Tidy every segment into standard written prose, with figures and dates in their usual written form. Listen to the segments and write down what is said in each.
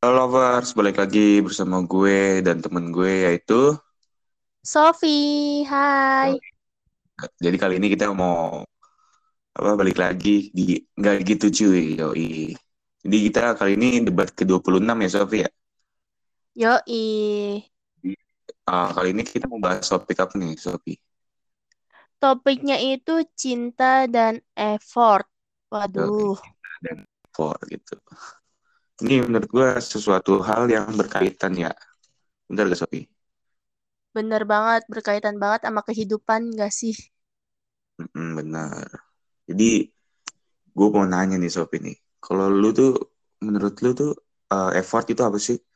Halo lovers, balik lagi bersama gue dan temen gue yaitu. Sofi, hai. Jadi kali ini kita mau balik lagi di nggak gitu cuy, yoi. Jadi kita kali ini debat ke-26 ya Sofi ya. Yoi. Kali ini kita mau bahas topik apa nih Sofi? Topiknya itu cinta dan effort. Yoi, Waduh, dan for gitu. Ini menurut gue sesuatu hal yang berkaitan ya. Bener gak Sofi? bener banget, berkaitan banget sama kehidupan gak sih? Benar. Jadi gue mau nanya nih Sofi nih. Kalau lu tuh, menurut lu tuh effort itu apa sih?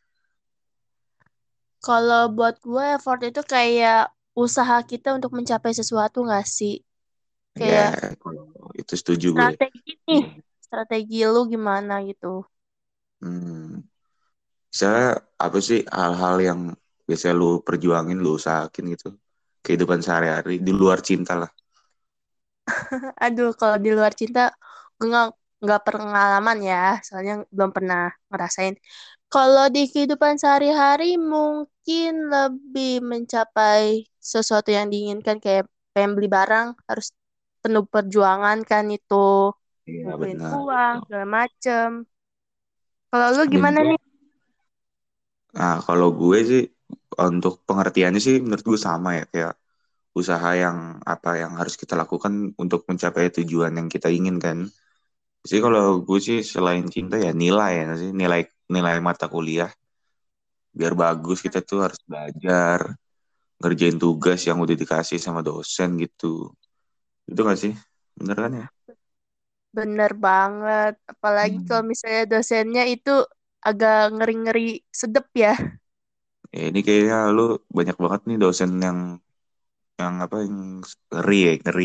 Kalau buat gue effort itu kayak usaha kita untuk mencapai sesuatu gak sih? Ya, Kayak kalau itu setuju gue. strategi nih, strategi lu gimana gitu. Hmm. Misalnya apa sih hal-hal yang biasa lu perjuangin, lu usahakin gitu. Kehidupan sehari-hari di luar cinta lah. Aduh, kalau di luar cinta, gue nggak pengalaman ya, soalnya belum pernah ngerasain. Kalau di kehidupan sehari-hari mungkin lebih mencapai sesuatu yang diinginkan kayak pengen beli barang harus penuh perjuangan kan itu Iya ngumpulin benar. uang segala macem. Kalau lu Dan gimana nih? nah, kalau gue sih untuk pengertiannya sih menurut gue sama ya kayak usaha yang apa yang harus kita lakukan untuk mencapai tujuan yang kita inginkan. Jadi kalau gue sih selain cinta ya nilai ya sih nilai nilai mata kuliah biar bagus kita tuh harus belajar ngerjain tugas yang udah dikasih sama dosen gitu. Itu gak sih? Bener kan ya? Bener banget. Apalagi kalau Hmm. misalnya dosennya itu agak ngeri-ngeri sedep ya. Ya, ini kayaknya lu banyak banget nih dosen yang apa yang ngeri ya, ngeri.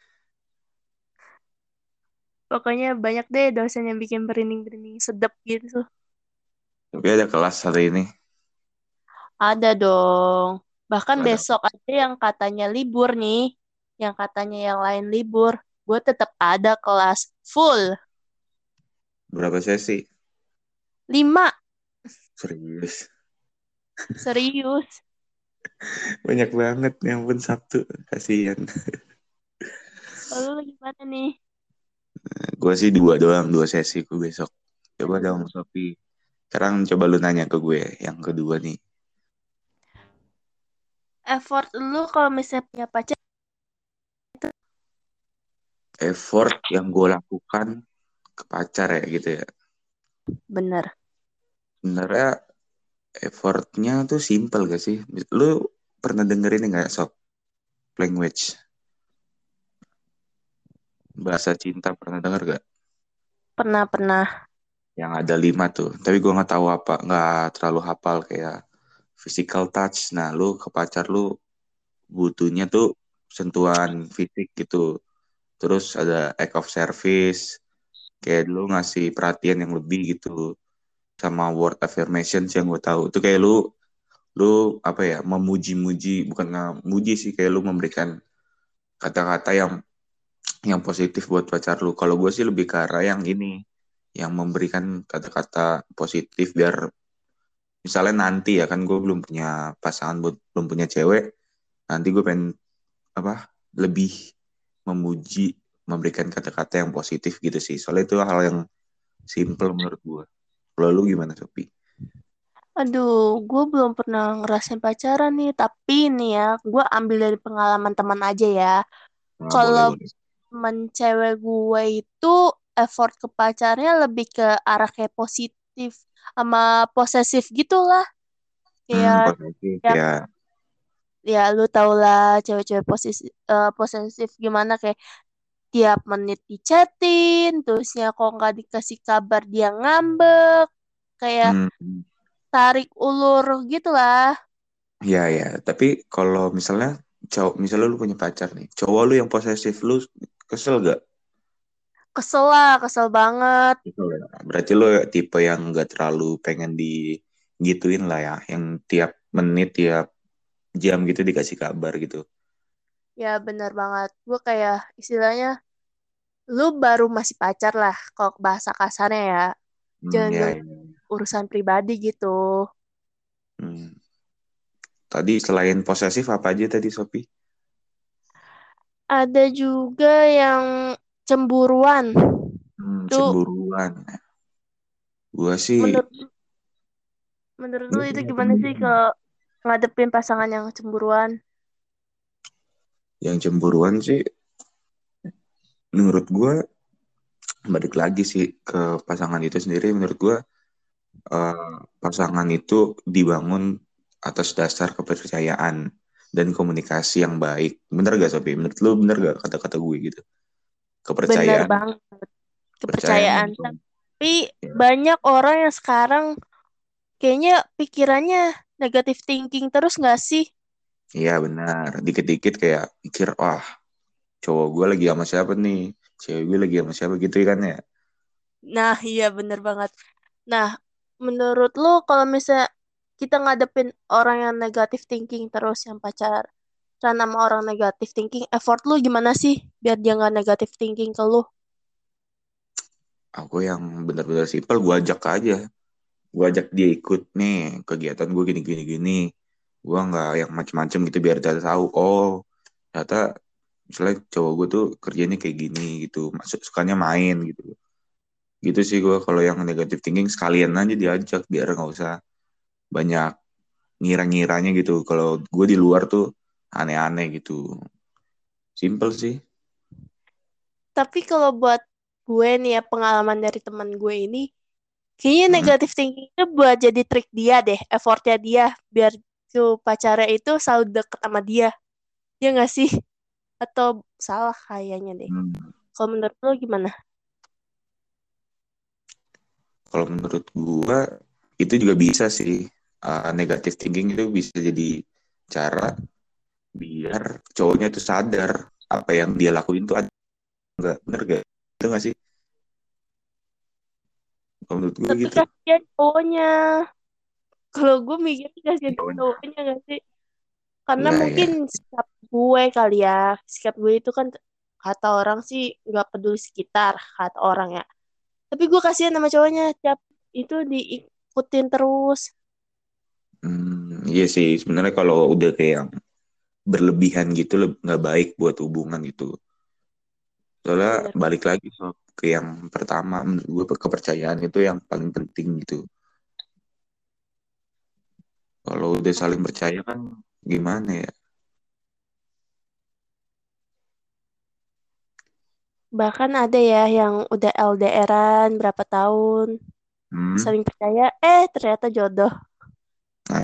Pokoknya banyak deh dosen yang bikin berinding-berinding sedep gitu. Tapi ada kelas hari ini. Ada dong. Bahkan Ada besok ada yang katanya libur nih. Yang katanya yang lain libur. Gue tetap ada kelas full. berapa sesi? 5. Serius. Serius. Banyak banget yang pun Sabtu. Kasihan. Lalu lu gimana nih? Gue sih dua doang, dua sesi gue besok. Coba dong, Aduh. Sofi. Sekarang coba lu nanya ke gue yang kedua nih. Effort lu kalau misalnya punya pacar itu Effort yang gue lakukan ke pacar ya gitu ya. bener. Sebenarnya effortnya tuh simple gak sih? Lu pernah dengerin nggak soft language? Bahasa cinta pernah denger gak? Pernah-pernah. Yang ada 5 tuh. Tapi gue nggak tahu apa, nggak terlalu hafal kayak physical touch. Nah, lu ke pacar lu butuhnya tuh sentuhan fisik gitu. Terus ada act of service, kayak lu ngasih perhatian yang lebih gitu. Sama word affirmation yang gue tahu. Itu kayak lu apa ya, memuji-muji, bukan memuji sih, kayak lu memberikan kata-kata yang positif buat pacar lu. Kalau gue sih lebih ke arah yang ini, yang memberikan kata-kata positif biar misalnya nanti ya kan gue belum punya pasangan, belum punya cewek, nanti gue pengen apa lebih memuji, memberikan kata-kata yang positif gitu sih. Soalnya itu hal yang simple menurut gue. Kalau lu gimana Sopi? Aduh, gue belum pernah ngerasain pacaran nih. Tapi nih ya, gue ambil dari pengalaman teman aja ya. Nah, boleh Kalau boleh. temen cewek gue itu effort ke pacarnya lebih ke arah kayak positif sama posesif gitu lah. Kayak Positif tiap, ya. ya lu tau lah cewek-cewek posesif gimana kayak tiap menit dichatin, terusnya kok nggak dikasih kabar dia ngambek, kayak Hmm, tarik ulur gitu lah. ya ya. Tapi kalau misalnya cowok, misalnya lu punya pacar nih, cowok lu yang posesif, lu kesel gak? Kesel lah, kesel banget. Kesel ya. Berarti lu tipe yang gak terlalu pengen digituin lah ya, yang tiap menit, tiap jam gitu dikasih kabar gitu. Ya bener banget. Gue kayak istilahnya lu baru masih pacar lah kalau bahasa kasarnya ya. Hmm, Jangan ya, dulu ya. urusan pribadi gitu. Hmm. Tadi selain posesif apa aja tadi Sopi? Ada juga yang cemburuan. Tuh Cemburuan. Gua sih, menurut menurut lu gua itu punya gimana temen sih kalau ngadepin pasangan yang cemburuan? yang cemburuan sih, menurut gua balik lagi sih ke pasangan itu sendiri. Menurut gua eh, pasangan itu dibangun atas dasar kepercayaan dan komunikasi yang baik. Bener gak Sopi? Menurut lu bener gak kata-kata gue gitu? Bener Kepercayaan, banget, kepercayaan kepercayaan. itu. Tapi Ya, banyak orang yang sekarang kayaknya pikirannya negatif thinking terus nggak sih? iya benar. Dikit-dikit kayak pikir, wah cowok gue lagi sama siapa nih? Cewek gue lagi sama siapa gitu kan ya? Nah, iya bener banget. Nah, menurut lu kalau misalnya kita ngadepin orang yang negatif thinking terus yang pacaran sama orang negatif thinking, effort lu gimana sih biar dia nggak negatif thinking ke lu? Aku yang benar-benar simpel, gue ajak aja. Gue ajak dia ikut nih kegiatan gue gini-gini gini. Gue nggak yang macem-macem gitu biar dia tahu. Oh, ternyata misalnya cowok gue tuh kerjanya kayak gini gitu. Masuk sukanya main gitu. Gitu sih gue kalau yang negatif thinking sekalian aja diajak biar nggak usah banyak ngira-ngiranya gitu. Kalau gue di luar tuh aneh-aneh gitu. Simple sih. Tapi kalau buat gue nih ya pengalaman dari teman gue ini, kayaknya Hmm. negatif thinking itu buat jadi trik dia deh, effortnya dia biar tuh pacarnya itu selalu deket sama dia. Dia nggak sih? Atau salah kayaknya deh. Hmm. Kalau menurut lo gimana? Kalau menurut gue itu juga bisa sih. Negative thinking itu bisa jadi cara biar cowoknya tuh sadar apa yang dia lakuin tuh ada nggak bener gak itu nggak sih kalau menurut gue Tapi gitu. kasihan cowoknya. Kalau gue mikirnya kasihan Cowoknya. cowoknya gak sih? Karena Iya ya. mungkin sikap gue kali ya. Sikap gue itu kan kata orang sih nggak peduli sekitar, kata orang ya. Tapi gue kasihan sama cowoknya. Tiap itu diikutin terus. Iya sih sebenarnya kalau udah kayak yang berlebihan gitu nggak baik buat hubungan gitu. Soalnya Bener. balik lagi ke yang pertama menurut gue kepercayaan itu yang paling penting gitu. Kalau udah saling percaya kan gimana ya. Bahkan ada ya yang udah LDRan berapa tahun. Hmm. Saling percaya, ternyata jodoh. Nah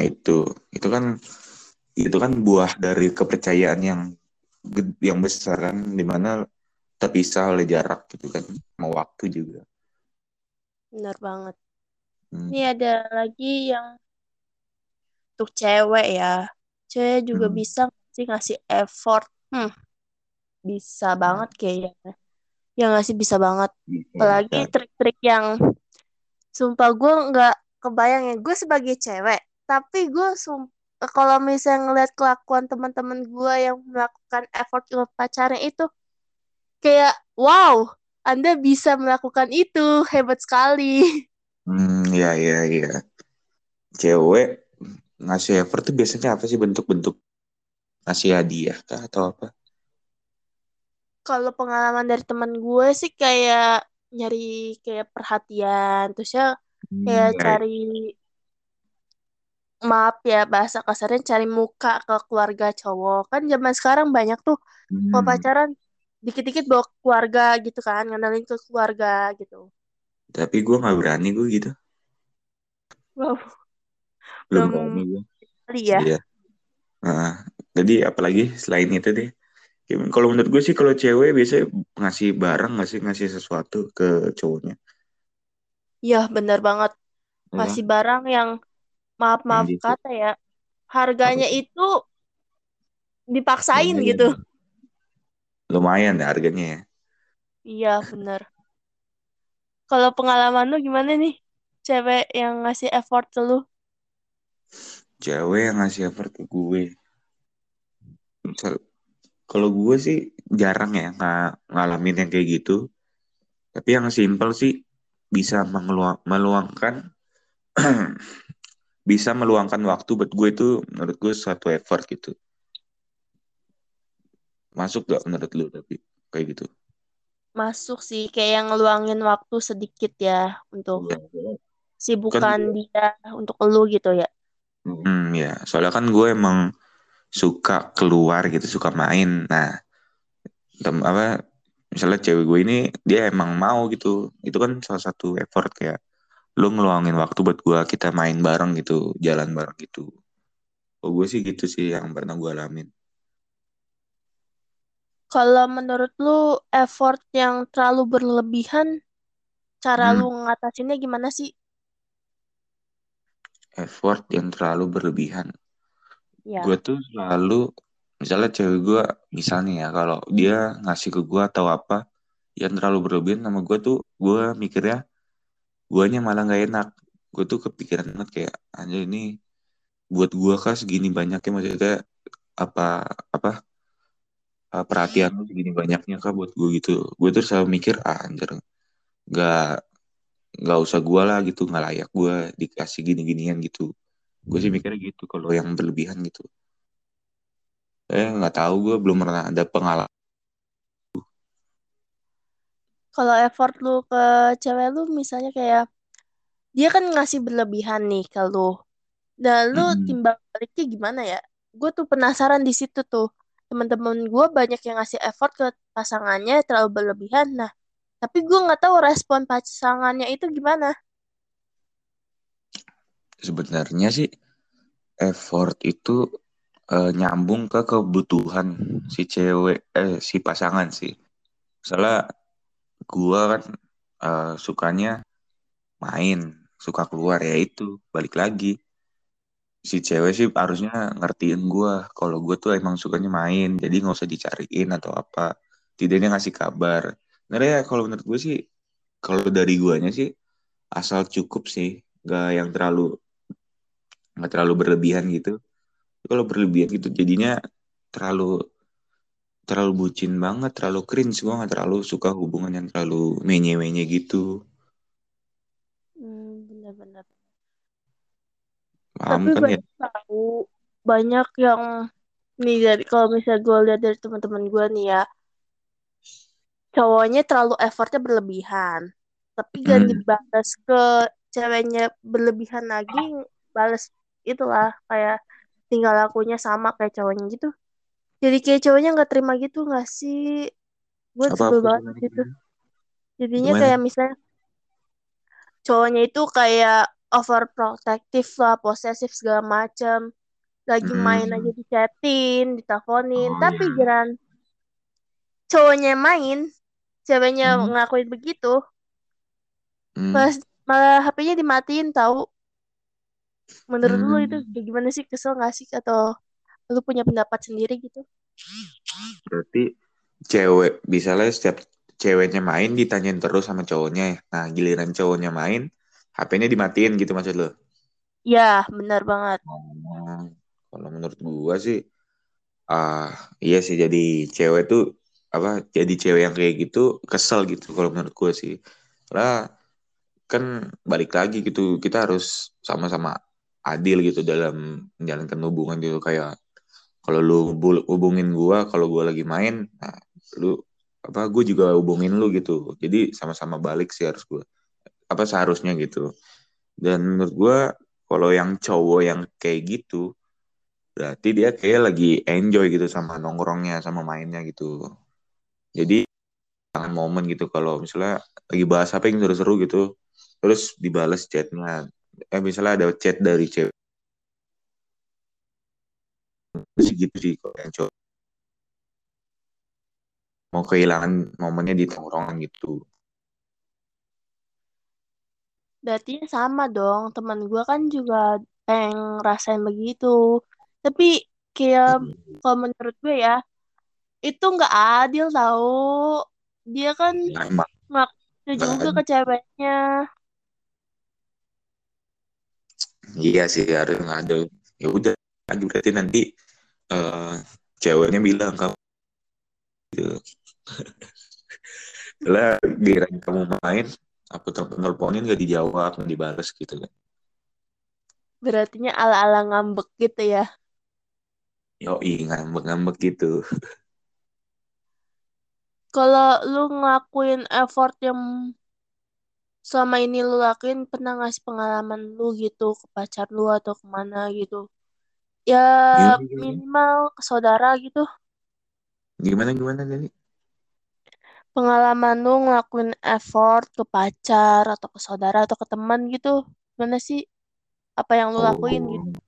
itu kan buah dari kepercayaan yang yang besar kan dimana terpisah oleh jarak gitu kan mau waktu juga. Bener banget. Hmm. Ini ada lagi yang untuk cewek ya. Cewek juga Hmm. bisa sih ngasih effort. Hmm, bisa Nah, banget kayaknya. Ya nggak sih bisa banget. bisa Apalagi bisa. trik-trik yang sumpah gue nggak kebayang ya. Gue sebagai cewek, tapi gue kalau misalnya ngeliat kelakuan teman-teman gue yang melakukan effort ke pacarnya itu kayak wow, Anda bisa melakukan itu, hebat sekali. Ya ya ya. Cewek ngasih effort tuh biasanya apa sih bentuk-bentuk ngasih hadiah kah atau apa? Kalau pengalaman dari teman gue sih kayak nyari kayak perhatian, terus ya kayak Ya, ya. cari maaf ya bahasa kasarnya cari muka ke keluarga cowok. Kan zaman sekarang banyak tuh kalau Hmm. pacaran dikit-dikit bawa keluarga gitu kan, ngenalin ke keluarga gitu. Tapi gue nggak berani gue gitu. Wow, Belum belum berani gue. kali ya. Iya. Nah, jadi apalagi selain itu deh. Ya, kalau menurut gue sih kalau cewek biasanya ngasih barang nggak sih ngasih sesuatu ke cowoknya. Iya, bener banget. Ya Masih kan? barang yang Yang maaf-maaf gitu. kata ya, Apa harganya tuh? itu dipaksain Lumayan. gitu. Lumayan ya harganya ya. Iya, bener. Kalau pengalaman lu gimana nih? Cewek yang ngasih effort ke lu? Cewek yang ngasih effort ke gue. Misal, kalau gue sih jarang ya ngalamin yang kayak gitu. Tapi yang simpel sih bisa meluangkan bisa meluangkan waktu buat gue itu menurut gue satu effort gitu. Masuk gak menurut lu tapi kayak gitu? Masuk sih, kayak yang ngeluangin waktu sedikit ya untuk Iya. Kan sibukan dia untuk lu gitu ya. ya, soalnya kan gue emang suka keluar gitu, suka main. Nah, apa misalnya cewek gue ini dia emang mau gitu. Itu kan salah satu effort kayak lu ngeluangin waktu buat gue kita main bareng gitu, jalan bareng gitu. Oh, gue sih gitu sih yang pernah gue alamin. Kalau menurut lu effort yang terlalu berlebihan, cara lu Hmm, ngatasinnya gimana sih? effort yang terlalu berlebihan. Gue Ya. tuh selalu misalnya cewek gue misalnya ya kalau dia ngasih ke gue atau apa yang terlalu berlebihan sama gue tuh gue mikirnya guanya malah nggak enak. Gue tuh kepikiran banget kayak anjir ini buat gue kah segini banyaknya maksudnya apa apa perhatian lu segini banyaknya kah buat gue gitu. Gue tuh selalu mikir anjir nggak nggak usah gue lah gitu nggak layak gue dikasih gini-ginian gitu. Gue sih mikirnya gitu kalau yang berlebihan gitu. Nggak tahu gue belum pernah ada pengalaman. Kalau effort lu ke cewek lu misalnya kayak dia kan ngasih berlebihan nih ke lu. Dan lu Mm-mm. timbang baliknya gimana ya? Gue tuh penasaran di situ tuh. Teman-teman gue banyak yang ngasih effort ke pasangannya terlalu berlebihan. Nah, tapi gue nggak tahu respon pasangannya itu gimana. Sebenarnya sih effort itu nyambung ke kebutuhan si cewek si pasangan sih. Misalnya gua kan sukanya main, suka keluar ya itu balik lagi. Si cewek sih harusnya ngertiin gua kalau gua tuh emang sukanya main, jadi nggak usah dicariin atau apa. Tidaknya ngasih kabar. Nah ya kalau menurut gue sih, kalau dari guanya sih asal cukup sih, nggak terlalu berlebihan gitu. Kalau berlebihan gitu jadinya terlalu terlalu bucin banget, terlalu cringe. Gue nggak terlalu suka hubungan yang terlalu menye-menye gitu. Bener-bener. Paham Tapi kan ya? banyak tahu banyak yang nih dari kalau misalnya gue lihat dari teman-teman gue nih ya, cowoknya terlalu effortnya berlebihan. Tapi gak Hmm. dibalas ke ceweknya berlebihan lagi, balas itulah kayak tinggal lakunya sama kayak cowoknya gitu. Jadi kayak cowoknya nggak terima gitu nggak sih? Gue sebel Apa-apa banget gimana gitu. gimana? Jadinya Gimana? kayak misalnya cowoknya itu kayak overprotective lah, posesif segala macam. Lagi main aja Hmm. dichatin, diteleponin. Oh Tapi iya. giliran cowoknya main, ceweknya Hmm. ngakuin begitu, Hmm. pas malah HP-nya dimatiin tahu. Menurut lu itu Hmm. kayak gimana sih? Kesel nggak sih? Atau lu punya pendapat sendiri gitu? Berarti cewek, misalnya setiap ceweknya main ditanyain terus sama cowoknya ya. Nah, giliran cowoknya main, HP-nya dimatiin gitu maksud lo? Ya, benar banget. Oh, kalau menurut gua sih, ah iya sih jadi cewek tuh apa? Jadi cewek yang kayak gitu kesel gitu kalau menurut gua sih. Lah kan balik lagi gitu kita harus sama-sama adil gitu dalam menjalankan hubungan gitu kayak kalau lu hubungin gua kalau gua lagi main nah lu apa gue juga hubungin lu gitu jadi sama-sama balik sih harus gua apa seharusnya gitu dan menurut gua kalau yang cowok yang kayak gitu berarti dia kayak lagi enjoy gitu sama nongkrongnya sama mainnya gitu jadi jangan momen gitu kalau misalnya lagi bahas apa yang seru-seru gitu terus dibales chatnya misalnya ada chat dari cewek sih gitu sih kalau yang cowok mau kehilangan momennya di tongkrongan gitu. Berarti sama dong. Teman gue kan juga pengen ngerasain begitu. Tapi kayak kalau menurut gue ya, itu nggak adil tahu. Dia kan Ya, emang ngaktif juga ke nggak ceweknya. iya sih harus nggak ada ya udah aja berarti nanti eh, ceweknya bilang kamu gitu lah giliran kamu main aku teleponin gak dijawab nggak dibalas gitu kan Berartinya ala-ala ngambek gitu ya. Yoi, ngambek-ngambek gitu. Kalau lu ngelakuin effort yang selama ini lu lakuin, pernah ngasih pengalaman lu gitu ke pacar lu atau kemana gitu? Ya Gimana, gimana? minimal ke saudara gitu. Gimana, gimana tadi? Pengalaman lu ngelakuin effort ke pacar atau ke saudara atau ke teman gitu. Gimana sih? Apa yang lu lakuin gitu? Oh,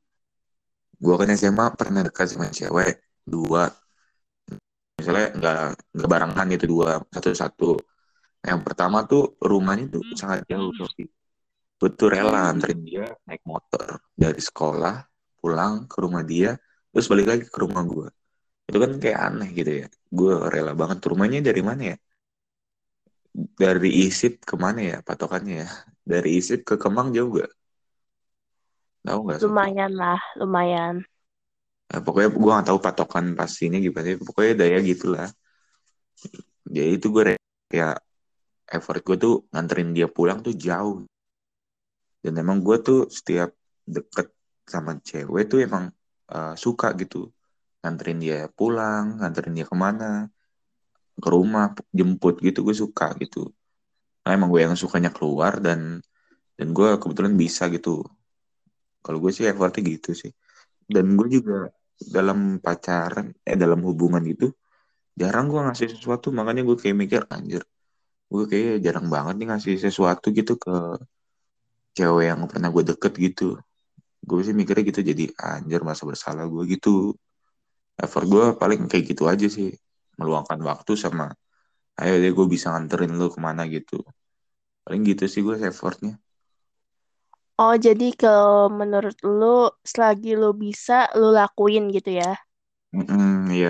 gua kan SMA pernah dekat sama cewek dua. Misalnya nggak barengan gitu dua satu-satu. Yang pertama tuh rumahnya tuh sangat jauh, Sofi. Gue tuh rela Hmm. anterin dia naik motor dari sekolah pulang ke rumah dia, terus balik lagi ke rumah gue. Itu kan kayak aneh gitu ya. Gue rela banget. Rumahnya dari mana ya? Dari Isip ke mana ya patokannya ya? Dari Isip ke Kemang jauh gak? Tahu nggak, Sofi? Lumayan lah, lumayan. Pokoknya gue gak tahu patokan pastinya gimana. Pokoknya daya gitulah. Jadi itu gue kayak effort gue tuh nganterin dia pulang tuh jauh. Dan emang gue tuh setiap deket sama cewek tuh emang suka gitu. Nganterin dia pulang, nganterin dia kemana, ke rumah, jemput gitu gue suka gitu. Nah, emang gue yang sukanya keluar dan gue kebetulan bisa gitu. Kalau gue sih effortnya gitu sih. Dan gue juga dalam pacaran, dalam hubungan gitu, jarang gue ngasih sesuatu. Makanya gue kayak mikir, anjir, gue kayak jarang banget nih ngasih sesuatu gitu ke cewek yang pernah gue deket gitu. Gue sih mikirnya gitu, jadi anjir masa bersalah gue gitu. Effort gue paling kayak gitu aja sih, meluangkan waktu sama ayo deh gue bisa nganterin lu kemana gitu, paling gitu sih gue effortnya. Oh, jadi kalau menurut lu, selagi lu bisa, lu lakuin gitu ya? Iya.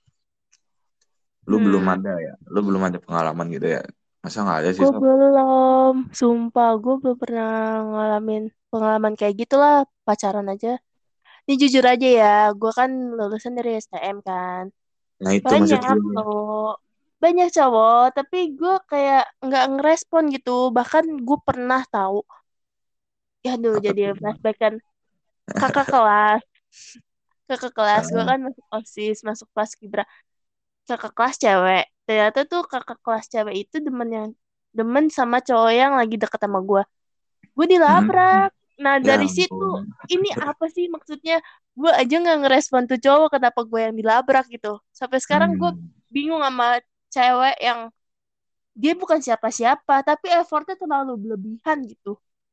Hmm, Lu belum ada pengalaman gitu ya, masa nggak ada sih, gue Sob? belum. Sumpah, gue belum pernah ngalamin pengalaman kayak gitulah, pacaran aja. Ini jujur aja ya, gue kan lulusan dari STM kan. Nah itu maksud Banyak gue. cowok, banyak cowok, tapi gue kayak nggak ngerespon gitu. Bahkan gue pernah tahu, ya dulu Apa jadi tuh? flashback kan, kakak kelas. Kakak kelas gue Ah, kan masuk OSIS, masuk kelas Kibra. Kakak kelas cewek. Ternyata tuh kakak kelas cewek itu demen sama cowok yang lagi deket sama gue. Gue mm, dilabrak. Nah ya dari situ, ampun. ini apa sih maksudnya? Gue aja nggak ngerespon tuh cowok, kenapa gue yang dilabrak gitu. Sampai sekarang gue Hmm, bingung sama cewek yang dia bukan siapa-siapa, tapi effortnya terlalu berlebihan gitu.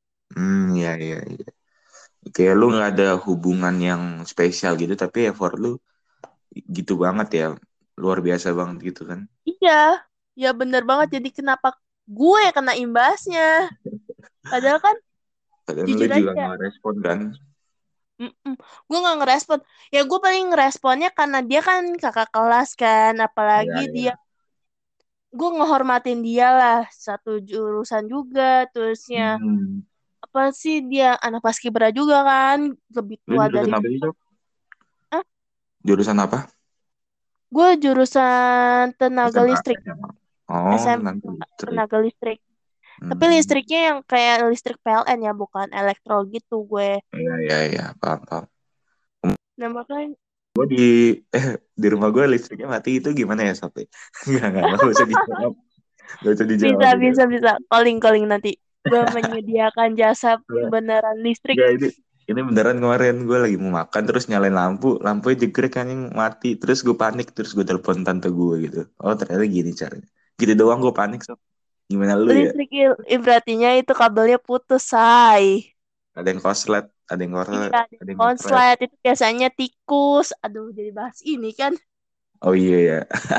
ya, ya, ya. Kayak lu nggak ada hubungan yang spesial gitu tapi effort lu gitu banget ya, luar biasa banget gitu kan. Iya, ya bener banget. Jadi kenapa gue yang kena imbasnya? Padahal kan Padahal lu jujur juga aja, nggak respon kan. mm-mm, gue nggak ngerespon. Ya gue paling ngeresponnya karena dia kan kakak kelas kan, apalagi Iya, dia, iya. gue ngehormatin dia lah, satu jurusan juga, terusnya Hmm. apa sih dia anak paskibra juga kan, lebih Lu tua dari jurusan apa sih, gue. Sob? Ah, Jurusan apa? gue jurusan tenaga SMA, listrik, SMA. Oh, SMA nanti listrik. tenaga listrik. Tapi Hmm. listriknya yang kayak listrik PLN ya, bukan elektro gitu gue. Iya, iya, iya, paham, paham. Nah makanya Gue eh di rumah gue listriknya mati itu gimana ya, Sob? Nggak usah dijawab. Nggak usah bisa dijawab itu. bisa bisa calling calling nanti. Gue menyediakan jasa pembenaran listrik. Nggak, ini beneran kemarin gue lagi mau makan terus nyalain lampunya jegrek kan yang mati, terus gue panik terus gue telepon tante gue gitu. Oh ternyata gini caranya. Gitu doang gue panik, Sob. Gimana lu ya? Listrik ibratinya itu kabelnya putus, say. Ada yang korslet, ada yang korslet, Iya, ada ada yang korslet. konslet itu biasanya tikus. Aduh, jadi bahas ini kan. Oh iya ya.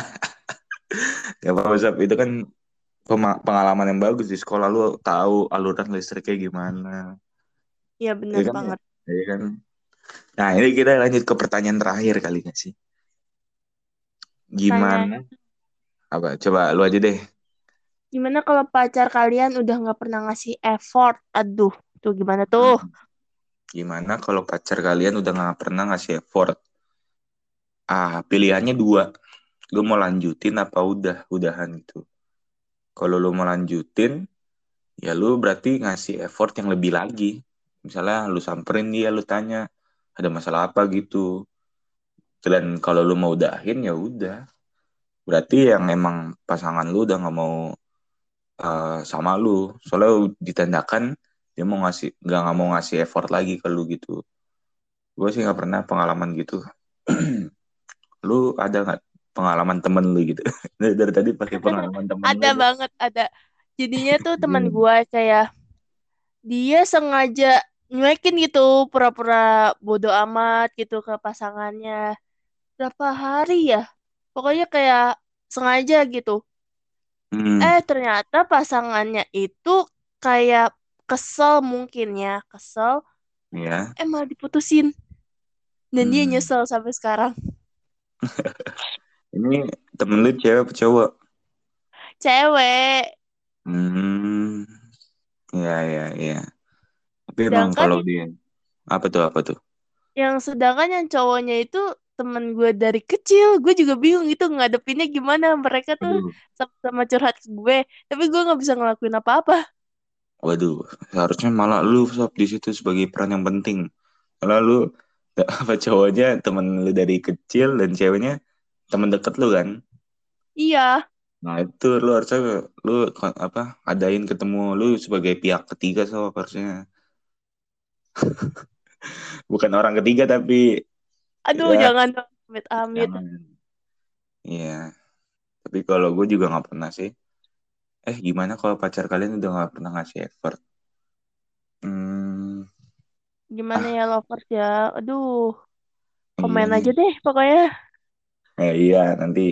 Ya apa Sob, itu kan pengalaman yang bagus di sekolah, lu tahu aluran listriknya gimana. Iya, Iya bener kan ya? banget. Iya kan. Nah, ini kita lanjut ke pertanyaan terakhir kali nggak sih? Tanya, Gimana? Apa? Coba lu aja deh. gimana kalau pacar kalian udah nggak pernah ngasih effort? Aduh, tuh gimana tuh? Hmm. Gimana kalau pacar kalian udah nggak pernah ngasih effort? Pilihannya dua. Lu mau lanjutin apa udahan gitu. Kalau lu mau lanjutin, ya lu berarti ngasih effort yang lebih lagi. Misalnya lu samperin dia, lu tanya ada masalah apa gitu. Dan kalau lu mau udahin ya udah. Berarti yang emang pasangan lu udah nggak mau sama lu. Soalnya ditandakan dia mau nggak mau ngasih effort lagi ke lu gitu. Gue sih nggak pernah pengalaman gitu. Lu ada nggak pengalaman temen lu gitu? Dari tadi pakai pengalaman temen lu Ada aja. banget, ada. Jadinya tuh teman Gimana? gue kayak dia sengaja nyuekin gitu, pura-pura bodo amat gitu ke pasangannya. Berapa hari ya? Pokoknya kayak sengaja gitu. Hmm, Ternyata pasangannya itu kayak kesel mungkin ya, kesel. ya. Malah diputusin. Dan dia Hmm. nyesel sampai sekarang. Ini temen lu cewek apa cowok? Cewek. Hmm, ya, ya, ya. Tapi emang Sedangkan kalau dia apa tuh? sedangkan yang cowoknya itu temen gue dari kecil. Gue juga bingung gitu ngadepinnya gimana. Mereka tuh Waduh, sama-sama curhat ke gue. Tapi gue nggak bisa ngelakuin apa-apa. waduh. Seharusnya malah lu sob di situ sebagai peran yang penting. Kalau lu apa cowoknya temen lu dari kecil dan ceweknya temen deket lu kan? Iya. Nah itu lu harusnya lu apa adain ketemu lu sebagai pihak ketiga sob harusnya. Bukan orang ketiga tapi Aduh, ya jangan dong. Amit-amit. jangan. Iya. Tapi kalau gue juga nggak pernah sih. Gimana kalau pacar kalian udah nggak pernah ngasih effort? Hmm, Gimana ah, ya lovers ya? Aduh, iya komen nih. aja deh pokoknya. Iya, nanti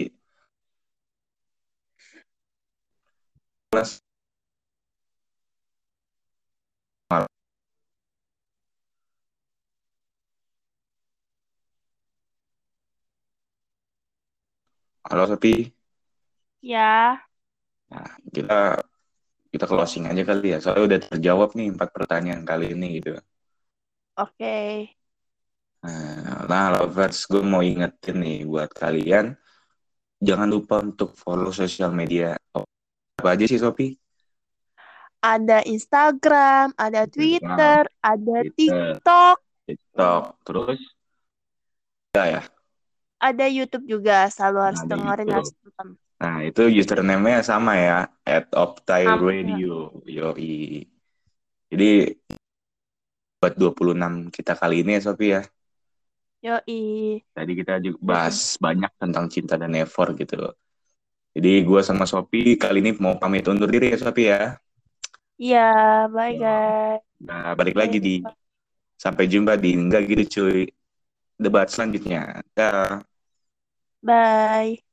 kelas malam. Halo, Sopi. Ya, Nah, kita closing aja kali ya. Soalnya udah terjawab nih 4 pertanyaan kali ini gitu. oke. Nah, lovers, gue mau ingetin nih buat kalian, jangan lupa untuk follow sosial media. Oh, apa aja sih, Sopi? Ada Instagram, ada Instagram, Twitter, ada Twitter, TikTok, TikTok, terus ya ya. ada YouTube juga. Selalu harus Nah, ada dengerin, harus YouTube. tonton. Nah, itu username-nya sama ya, Sama. @optai_radio. Yoi. Jadi buat 26 kita kali ini ya, Sofi ya. Yoi. Tadi kita juga Udah. bahas banyak tentang cinta dan effort gitu. Jadi gue sama Sofi kali ini mau pamit undur diri ya, Sofi ya. Iya, bye guys. Nah, balik Sampai lagi di jumpa. sampai jumpa di Enggak Gitu Cuy debat selanjutnya. Dah. Bye.